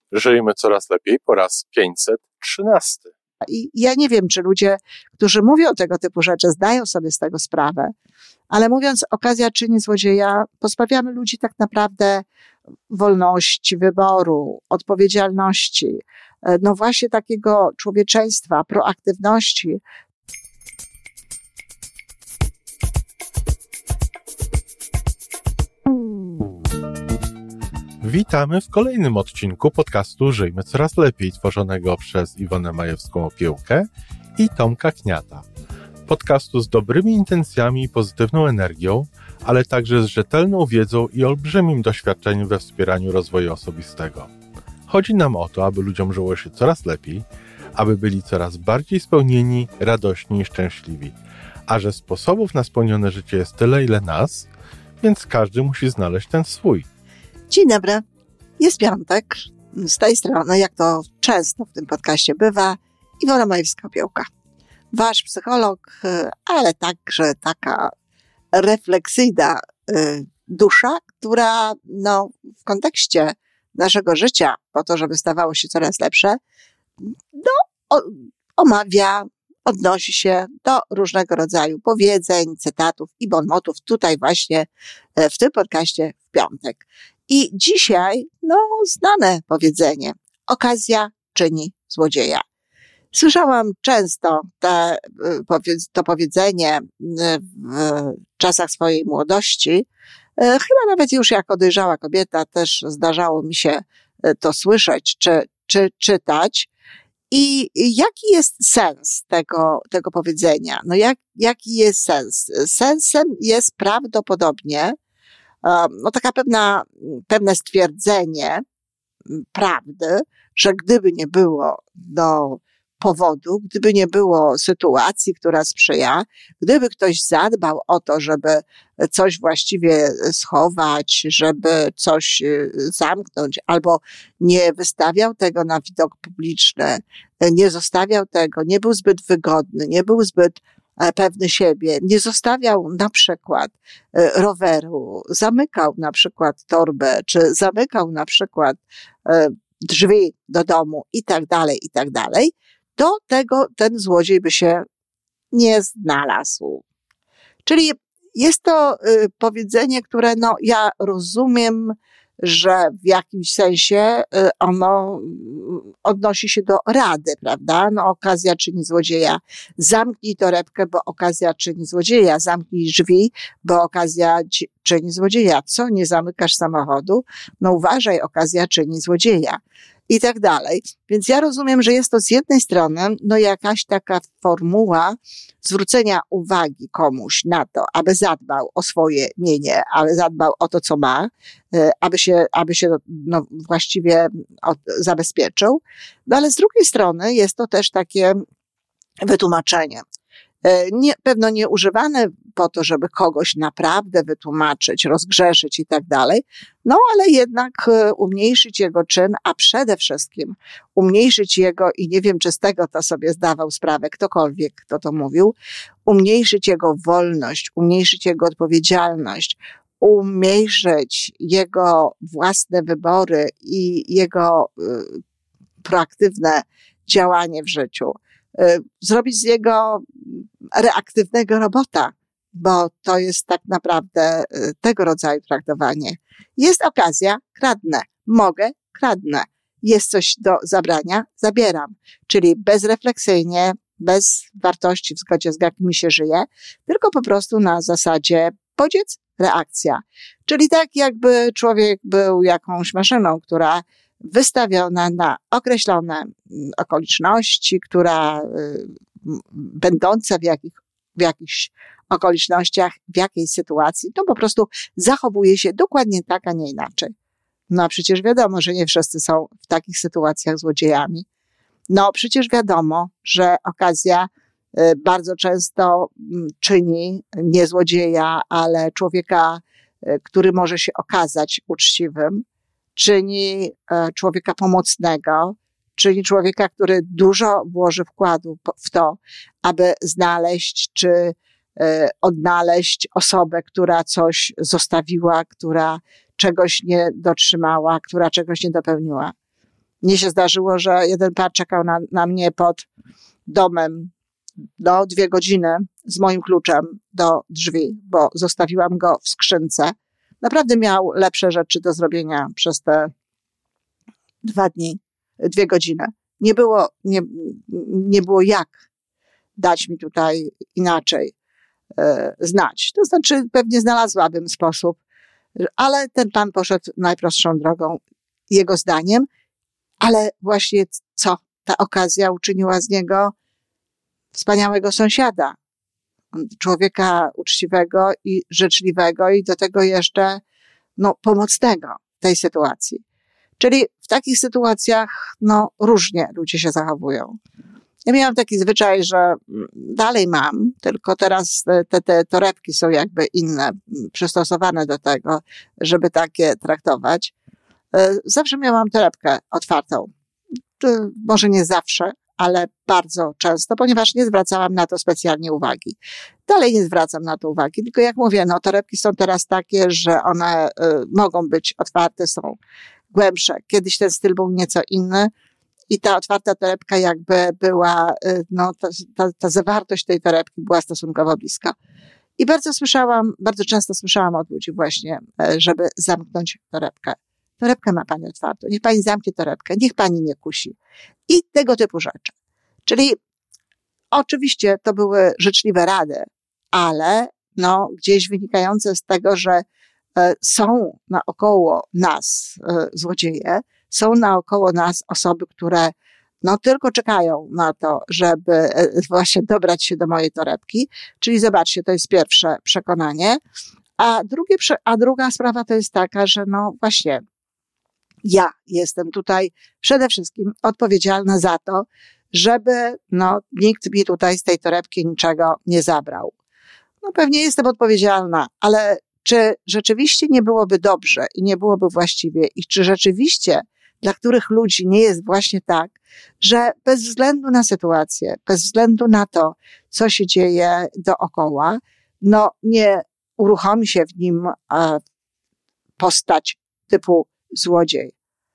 Żyjmy coraz lepiej po raz 513. I ja nie wiem, czy ludzie, którzy mówią tego typu rzeczy, zdają sobie z tego sprawę, ale mówiąc, okazja czyni złodzieja, pozbawiamy ludzi tak naprawdę wolności, wyboru, odpowiedzialności, no właśnie takiego człowieczeństwa, proaktywności. Witamy w kolejnym odcinku podcastu Żyjmy Coraz Lepiej, tworzonego przez Iwonę Majewską-Opiełkę i Tomka Kniata. Podcastu z dobrymi intencjami i pozytywną energią, ale także z rzetelną wiedzą i olbrzymim doświadczeniem we wspieraniu rozwoju osobistego. Chodzi nam o to, aby ludziom żyło się coraz lepiej, aby byli coraz bardziej spełnieni, radośni i szczęśliwi. A że sposobów na spełnione życie jest tyle, ile nas, więc każdy musi znaleźć ten swój. Dzień dobry, jest piątek, z tej strony, jak to często w tym podcaście bywa, Iwona Majewska-Opiełka. Wasz psycholog, ale także taka refleksyjna dusza, która w kontekście naszego życia, po to, żeby stawało się coraz lepsze, omawia, odnosi się do różnego rodzaju powiedzeń, cytatów i bon motów tutaj właśnie w tym podcaście w piątek. I dzisiaj, znane powiedzenie, okazja czyni złodzieja. Słyszałam często to powiedzenie w czasach swojej młodości. Chyba nawet już jako dojrzała kobieta też zdarzało mi się to słyszeć czy czytać. I jaki jest sens tego powiedzenia? Jaki jest sens? Sensem jest prawdopodobnie taka pewne stwierdzenie prawdy, że gdyby nie było powodu, gdyby nie było sytuacji, która sprzyja, gdyby ktoś zadbał o to, żeby coś właściwie schować, żeby coś zamknąć, albo nie wystawiał tego na widok publiczny, nie zostawiał tego, nie był zbyt wygodny, nie był zbyt pewny siebie, nie zostawiał na przykład roweru, zamykał na przykład torbę, czy zamykał na przykład drzwi do domu i tak dalej, to ten złodziej by się nie znalazł. Czyli jest to powiedzenie, które ja rozumiem, że w jakimś sensie ono odnosi się do rady, prawda? Okazja czyni złodzieja. Zamknij torebkę, bo okazja czyni złodzieja. Zamknij drzwi, bo okazja czyni złodzieja. Co, nie zamykasz samochodu? Uważaj, okazja czyni złodzieja. I tak dalej. Więc ja rozumiem, że jest to z jednej strony, jakaś taka formuła zwrócenia uwagi komuś na to, aby zadbał o swoje mienie, aby zadbał o to, co ma, aby się właściwie zabezpieczył. Ale z drugiej strony jest to też takie wytłumaczenie. Pewno nie używane po to, żeby kogoś naprawdę wytłumaczyć, rozgrzeszyć i tak dalej, ale jednak umniejszyć jego czyn, a przede wszystkim umniejszyć jego, i nie wiem, czy z tego to sobie zdawał sprawę ktokolwiek, kto to mówił, umniejszyć jego wolność, umniejszyć jego odpowiedzialność, umniejszyć jego własne wybory i jego proaktywne działanie w życiu. Zrobić z jego reaktywnego robota, bo to jest tak naprawdę tego rodzaju traktowanie. Jest okazja, kradnę. Mogę, kradnę. Jest coś do zabrania, zabieram. Czyli bezrefleksyjnie, bez wartości w zgodzie z jakimi się żyje, tylko po prostu na zasadzie bodziec, reakcja. Czyli tak jakby człowiek był jakąś maszyną, która wystawiona na określone okoliczności, która będąca w jakichś okolicznościach, w jakiejś sytuacji, to po prostu zachowuje się dokładnie tak, a nie inaczej. A przecież wiadomo, że nie wszyscy są w takich sytuacjach złodziejami. Przecież wiadomo, że okazja bardzo często czyni nie złodzieja, ale człowieka, który może się okazać uczciwym, czyni człowieka pomocnego, czyli człowieka, który dużo włoży wkładu w to, aby znaleźć czy odnaleźć osobę, która coś zostawiła, która czegoś nie dotrzymała, która czegoś nie dopełniła. Mnie się zdarzyło, że jeden pan czekał na mnie pod domem 2 godziny z moim kluczem do drzwi, bo zostawiłam go w skrzynce. Naprawdę miał lepsze rzeczy do zrobienia przez te 2 godziny. Nie było jak dać mi tutaj inaczej znać. To znaczy pewnie znalazłabym sposób, ale ten pan poszedł najprostszą drogą, jego zdaniem, ale właśnie co? Ta okazja uczyniła z niego wspaniałego sąsiada, człowieka uczciwego i życzliwego i do tego jeszcze pomocnego w tej sytuacji. Czyli w takich sytuacjach różnie ludzie się zachowują. Ja miałam taki zwyczaj, że dalej mam, tylko teraz te torebki są jakby inne, przystosowane do tego, żeby takie traktować. Zawsze miałam torebkę otwartą. Może nie zawsze, ale bardzo często, ponieważ nie zwracałam na to specjalnie uwagi. Dalej nie zwracam na to uwagi, tylko jak mówię, torebki są teraz takie, że one mogą być otwarte, są głębsze. Kiedyś ten styl był nieco inny i ta otwarta torebka jakby była, ta zawartość tej torebki była stosunkowo bliska. I bardzo często słyszałam od ludzi właśnie, żeby zamknąć torebkę. Torebkę ma pani otwartą, niech pani zamknie torebkę, niech pani nie kusi. I tego typu rzeczy. Czyli oczywiście to były życzliwe rady, ale gdzieś wynikające z tego, że są naokoło nas złodzieje, są naokoło nas osoby, które tylko czekają na to, żeby właśnie dobrać się do mojej torebki. Czyli zobaczcie, to jest pierwsze przekonanie. A druga sprawa to jest taka, że właśnie ja jestem tutaj przede wszystkim odpowiedzialna za to, żeby nikt mi tutaj z tej torebki niczego nie zabrał. Pewnie jestem odpowiedzialna, ale czy rzeczywiście nie byłoby dobrze i nie byłoby właściwie i czy rzeczywiście dla których ludzi nie jest właśnie tak, że bez względu na sytuację, bez względu na to, co się dzieje dookoła, nie uruchomi się w nim postać typu złodziej.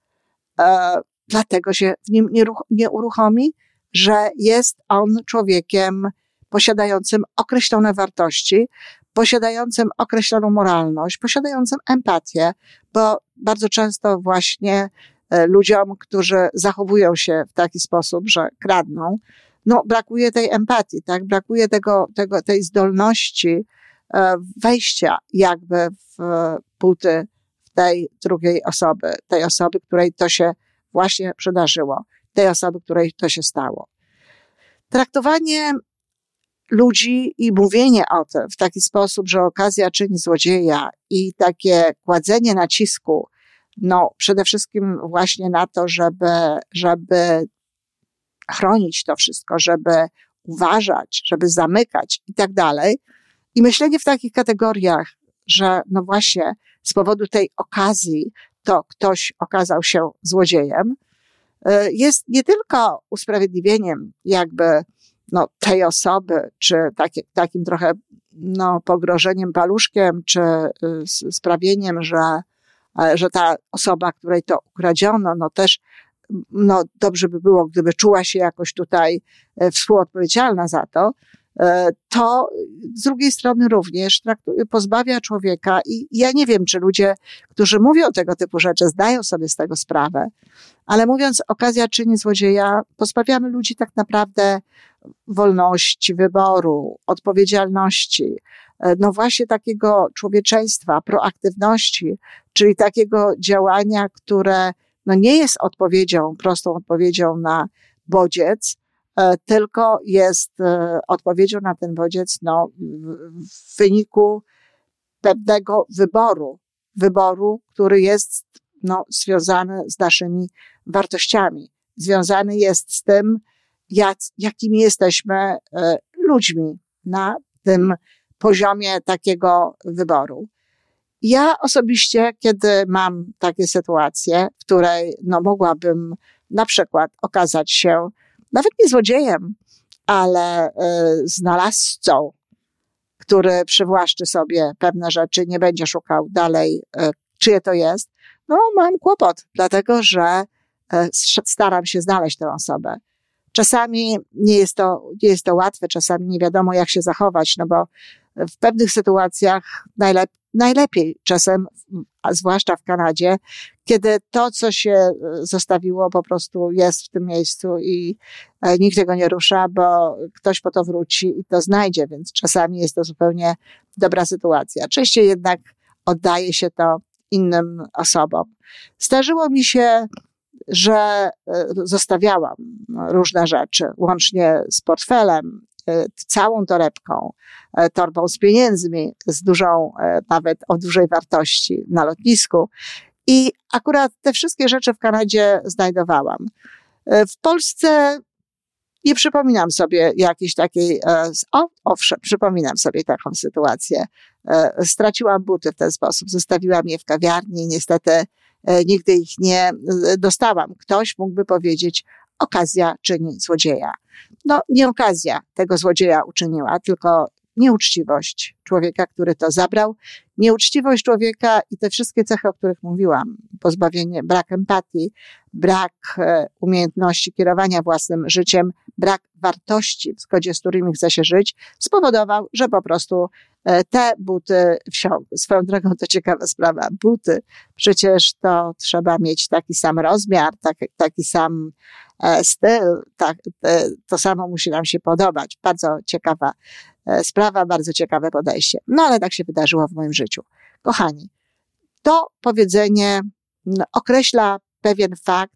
Dlatego się w nim nie uruchomi, że jest on człowiekiem posiadającym określone wartości, posiadającym określoną moralność, posiadającym empatię, bo bardzo często właśnie ludziom, którzy zachowują się w taki sposób, że kradną, brakuje tej empatii, tak? Brakuje tej zdolności wejścia jakby w buty tej drugiej osoby, tej osoby, której to się właśnie przydarzyło, tej osoby, której to się stało. Traktowanie ludzi i mówienie o tym w taki sposób, że okazja czyni złodzieja i takie kładzenie nacisku, przede wszystkim właśnie na to, żeby chronić to wszystko, żeby uważać, żeby zamykać i tak dalej. I myślenie w takich kategoriach, że właśnie z powodu tej okazji to ktoś okazał się złodziejem, jest nie tylko usprawiedliwieniem jakby tej osoby, czy takim trochę pogrożeniem paluszkiem, czy sprawieniem, że ta osoba, której to ukradziono, też dobrze by było, gdyby czuła się jakoś tutaj współodpowiedzialna za to, to z drugiej strony również pozbawia człowieka i ja nie wiem, czy ludzie, którzy mówią tego typu rzeczy, zdają sobie z tego sprawę, ale mówiąc okazja czyni złodzieja, pozbawiamy ludzi tak naprawdę wolności wyboru, odpowiedzialności, właśnie takiego człowieczeństwa, proaktywności, czyli takiego działania, które nie jest prostą odpowiedzią na bodziec, tylko jest odpowiedzią na ten bodziec w wyniku pewnego wyboru, który jest związany z naszymi wartościami, związany jest z tym, jakimi jesteśmy ludźmi na tym poziomie takiego wyboru. Ja osobiście, kiedy mam takie sytuacje, w której mogłabym na przykład okazać się nawet nie złodziejem, ale znalazcą, który przywłaszczy sobie pewne rzeczy, nie będzie szukał dalej, czyje to jest, mam kłopot, dlatego że staram się znaleźć tę osobę. Czasami nie jest to łatwe, czasami nie wiadomo, jak się zachować, no bo w pewnych sytuacjach najlepiej czasem, a zwłaszcza w Kanadzie, kiedy to, co się zostawiło, po prostu jest w tym miejscu i nikt tego nie rusza, bo ktoś po to wróci i to znajdzie, więc czasami jest to zupełnie dobra sytuacja. Częściej jednak oddaje się to innym osobom. Zdarzyło mi się, że zostawiałam różne rzeczy, łącznie z portfelem, całą torebką, torbą z pieniędzmi, z dużą, nawet o dużej wartości na lotnisku. I akurat te wszystkie rzeczy w Kanadzie znajdowałam. W Polsce nie przypominam sobie jakiejś takiej, owszem, przypominam sobie taką sytuację. Straciłam buty w ten sposób, zostawiłam je w kawiarni, niestety nigdy ich nie dostałam. Ktoś mógłby powiedzieć, okazja czyni złodzieja. No, nie okazja tego złodzieja uczyniła, tylko nieuczciwość człowieka, który to zabrał. Nieuczciwość człowieka i te wszystkie cechy, o których mówiłam, pozbawienie, brak empatii, brak umiejętności kierowania własnym życiem, brak wartości, w zgodzie z którymi chce się żyć, spowodował, że po prostu te buty wsiąkły. Swoją drogą to ciekawa sprawa. Buty, przecież to trzeba mieć taki sam rozmiar, taki sam styl, to samo musi nam się podobać. Bardzo ciekawa sprawa, bardzo ciekawe podejście. No ale tak się wydarzyło w moim życiu. Kochani, to powiedzenie określa pewien fakt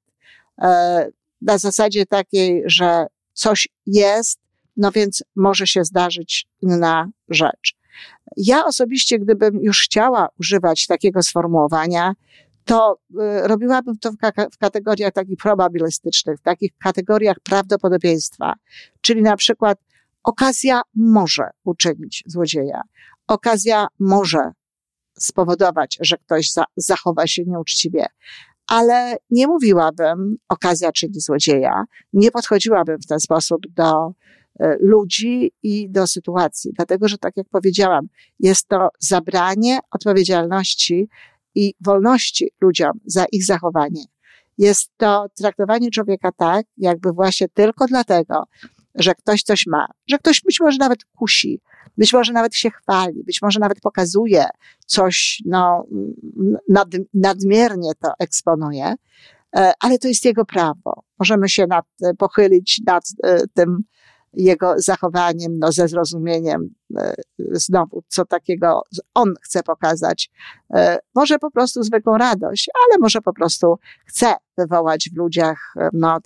na zasadzie takiej, że coś jest, no więc może się zdarzyć inna rzecz. Ja osobiście, gdybym już chciała używać takiego sformułowania, to robiłabym to w kategoriach takich probabilistycznych, w takich kategoriach prawdopodobieństwa. Czyli na przykład okazja może uczynić złodzieja. Okazja może spowodować, że ktoś zachowa się nieuczciwie. Ale nie mówiłabym, okazja czyni złodzieja. Nie podchodziłabym w ten sposób do ludzi i do sytuacji. Dlatego, że tak jak powiedziałam, jest to zabranie odpowiedzialności i wolności ludziom za ich zachowanie. Jest to traktowanie człowieka tak, jakby właśnie tylko dlatego, że ktoś coś ma, że ktoś być może nawet kusi, być może nawet się chwali, być może nawet pokazuje coś, nadmiernie to eksponuje, ale to jest jego prawo. Możemy się pochylić nad tym jego zachowaniem, ze zrozumieniem, znowu, co takiego on chce pokazać. Może po prostu zwykłą radość, ale może po prostu chce wywołać w ludziach,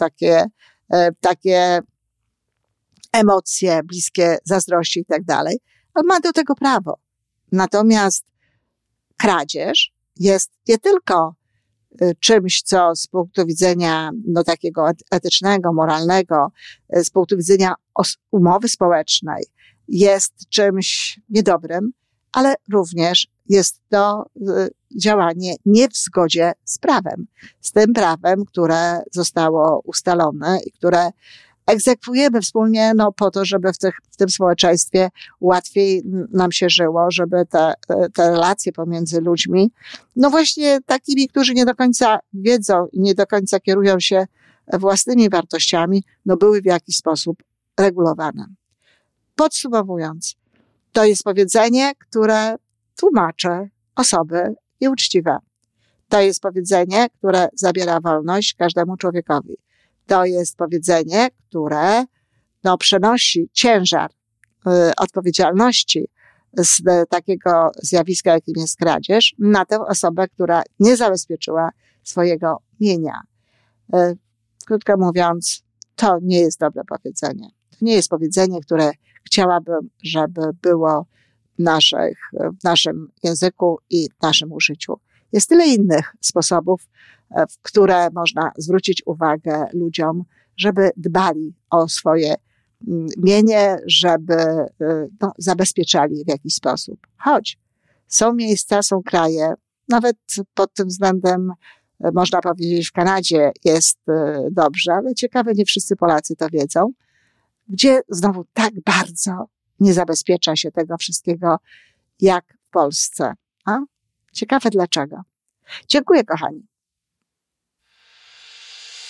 takie emocje bliskie zazdrości i tak dalej. On ma do tego prawo. Natomiast kradzież jest nie tylko czymś, co z punktu widzenia takiego etycznego, moralnego, z punktu widzenia umowy społecznej jest czymś niedobrym, ale również jest to działanie nie w zgodzie z prawem. Z tym prawem, które zostało ustalone i które egzekwujemy wspólnie, po to, żeby w tym społeczeństwie łatwiej nam się żyło, żeby te relacje pomiędzy ludźmi, właśnie takimi, którzy nie do końca wiedzą i nie do końca kierują się własnymi wartościami, były w jakiś sposób regulowane. Podsumowując, to jest powiedzenie, które tłumaczy osoby nieuczciwe. To jest powiedzenie, które zabiera wolność każdemu człowiekowi. To jest powiedzenie, które przenosi ciężar odpowiedzialności z takiego zjawiska, jakim jest kradzież, na tę osobę, która nie zabezpieczyła swojego mienia. Krótko mówiąc, to nie jest dobre powiedzenie. To nie jest powiedzenie, które chciałabym, żeby było w naszym języku i w naszym użyciu. Jest tyle innych sposobów, w które można zwrócić uwagę ludziom, żeby dbali o swoje mienie, żeby zabezpieczali w jakiś sposób. Choć są miejsca, są kraje, nawet pod tym względem można powiedzieć w Kanadzie jest dobrze, ale ciekawe, nie wszyscy Polacy to wiedzą, gdzie znowu tak bardzo nie zabezpiecza się tego wszystkiego jak w Polsce. Ciekawe dlaczego. Dziękuję, kochani.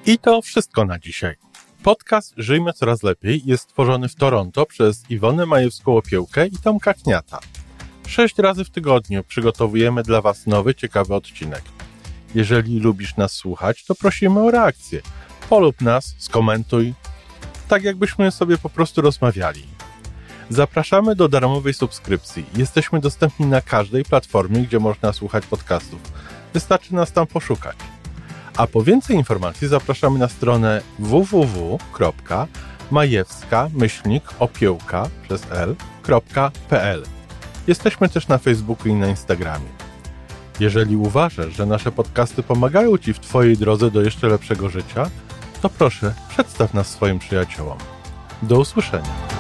I to wszystko na dzisiaj. Podcast Żyjmy Coraz Lepiej jest stworzony w Toronto przez Iwonę Majewską-Opiełkę i Tomka Kniata. 6 razy w tygodniu przygotowujemy dla Was nowy, ciekawy odcinek. Jeżeli lubisz nas słuchać, to prosimy o reakcję. Polub nas, skomentuj, tak jakbyśmy sobie po prostu rozmawiali. Zapraszamy do darmowej subskrypcji. Jesteśmy dostępni na każdej platformie, gdzie można słuchać podcastów. Wystarczy nas tam poszukać. A po więcej informacji zapraszamy na stronę www.majewska-opiełka.pl. Jesteśmy też na Facebooku i na Instagramie. Jeżeli uważasz, że nasze podcasty pomagają Ci w Twojej drodze do jeszcze lepszego życia, to proszę, przedstaw nas swoim przyjaciołom. Do usłyszenia.